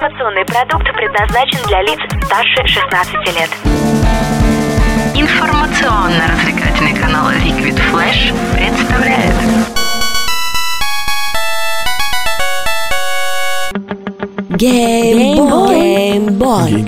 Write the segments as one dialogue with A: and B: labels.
A: Информационный продукт предназначен для лиц старше 16 лет. Информационно-развлекательный канал Liquid Flash представляет.
B: Геймбой.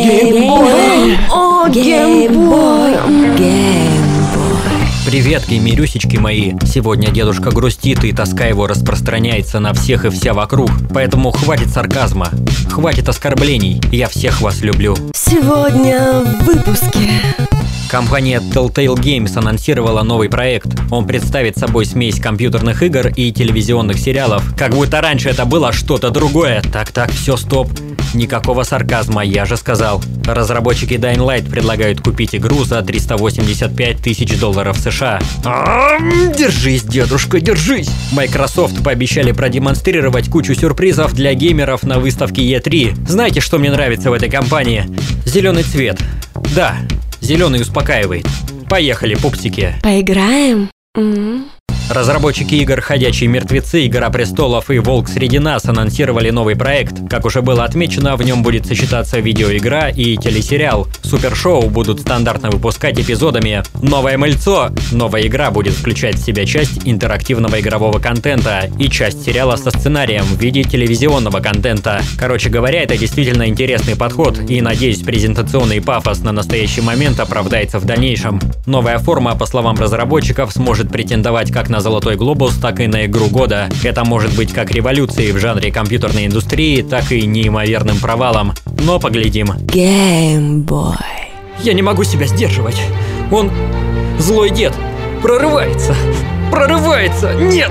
C: Привет, геймерюсечки мои! Сегодня дедушка грустит, и тоска его распространяется на всех и вся вокруг. Поэтому хватит сарказма, хватит оскорблений, я всех вас люблю.
B: Сегодня в выпуске.
C: Компания Telltale Games анонсировала новый проект. Он представит собой смесь компьютерных игр и телевизионных сериалов. Как будто раньше это было что-то другое. Так, все, стоп. Никакого сарказма, я же сказал. Разработчики Dying Light предлагают купить игру за $385 тысяч США. Держись, дедушка, держись! Microsoft пообещали продемонстрировать кучу сюрпризов для геймеров на выставке E3. Знаете, что мне нравится в этой компании? Зеленый цвет. Да, зеленый успокаивает. Поехали, пупсики.
B: Поиграем?
C: Разработчики игр «Ходячие мертвецы», «Игра престолов» и «Волк среди нас» анонсировали новый проект. Как уже было отмечено, в нем будет сочетаться видеоигра и телесериал. Супершоу будут стандартно выпускать эпизодами. Новое мыльцо! Новая игра будет включать в себя часть интерактивного игрового контента и часть сериала со сценарием в виде телевизионного контента. Короче говоря, это действительно интересный подход, и, надеюсь, презентационный пафос на настоящий момент оправдается в дальнейшем. Новая форма, по словам разработчиков, сможет претендовать как на «Золотой глобус», так и на игру года. Это может быть как революцией в жанре компьютерной индустрии, так и неимоверным провалом. Но поглядим.
B: Геймбой.
C: Я не могу себя сдерживать. Он злой дед. Прорывается. Нет!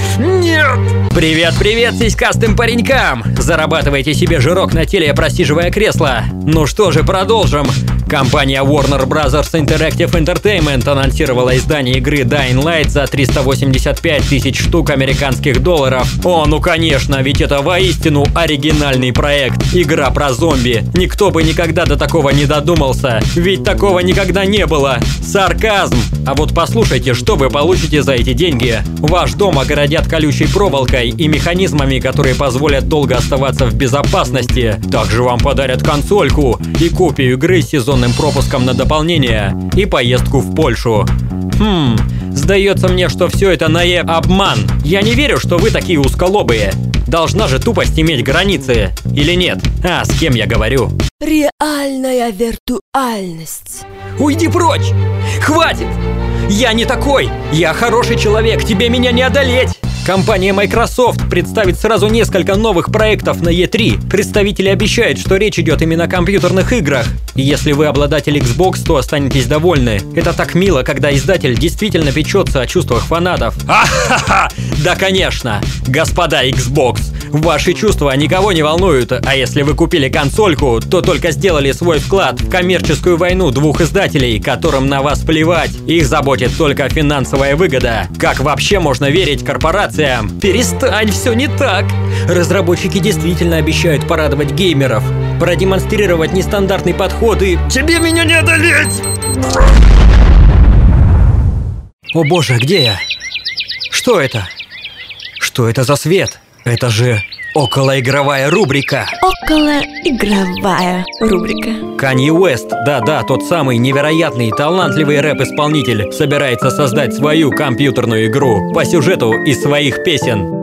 C: Привет, сиськастым паренькам! Зарабатывайте себе жирок на теле, просиживая кресло. Ну что же, продолжим. Компания Warner Bros. Interactive Entertainment анонсировала издание игры Dying Light за 385 тысяч штук американских долларов. О, ну конечно, ведь это воистину оригинальный проект. Игра про зомби. Никто бы никогда до такого не додумался. Ведь такого никогда не было. Сарказм. А вот послушайте, что вы получите за эти деньги. Ваш дом огородят колючей проволокой и механизмами, которые позволят долго оставаться в безопасности. Также вам подарят консольку и копию игры с сезонным пропуском на дополнение и поездку в Польшу. Сдается мне, что все это обман. Я не верю, что вы такие узколобые. Должна же тупость иметь границы. Или нет? А с кем я говорю?
B: Реальная виртуальность.
C: Уйди прочь! Хватит! Я не такой! Я хороший человек, тебе меня не одолеть! Компания Microsoft представит сразу несколько новых проектов на E3. Представители обещают, что речь идет именно о компьютерных играх. И если вы обладатель Xbox, то останетесь довольны. Это так мило, когда издатель действительно печется о чувствах фанатов. Ахаха! Да, конечно! Господа Xbox, ваши чувства никого не волнуют. А если вы купили консольку, то только сделали свой вклад в коммерческую войну двух издателей, которым на вас плевать. Их заботит только финансовая выгода. Как вообще можно верить корпорациям? Перестань, все не так. Разработчики действительно обещают порадовать геймеров, продемонстрировать нестандартный подход и... Тебе меня не одолеть! О боже, где я? Что это? Что это за свет? Это же околоигровая рубрика.
B: Околоигровая рубрика.
C: Канье Уэст, да, тот самый невероятный, талантливый рэп-исполнитель, собирается создать свою компьютерную игру по сюжету из своих песен.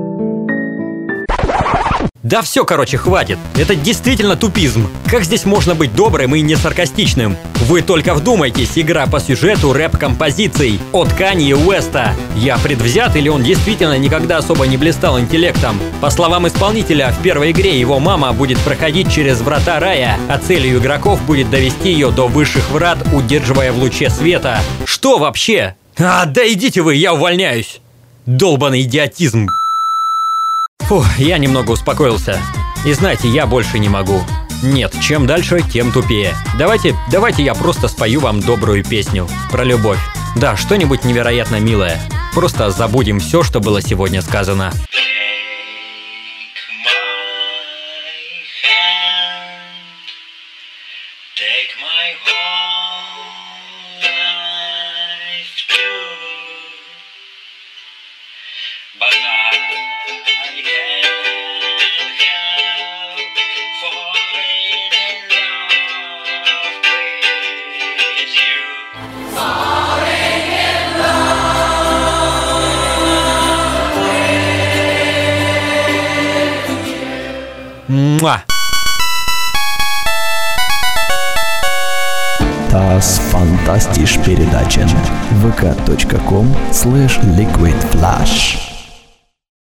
C: Да все, короче, хватит. Это действительно тупизм. Как здесь можно быть добрым и не саркастичным? Вы только вдумайтесь, игра по сюжету рэп-композиций от Канье Уэста. Я предвзят или он действительно никогда особо не блистал интеллектом? По словам исполнителя, в первой игре его мама будет проходить через врата рая, а целью игроков будет довести ее до высших врат, удерживая в луче света. Что вообще? Да идите вы, я увольняюсь. Долбаный идиотизм. Фу, я немного успокоился. И знаете, я больше не могу. Нет, чем дальше, тем тупее. Давайте я просто спою вам добрую песню про любовь. Да, что-нибудь невероятно милое. Просто забудем все, что было сегодня сказано.
D: But I can't help
C: Муа!
D: Das fantastisch передача vk.com/liquidflash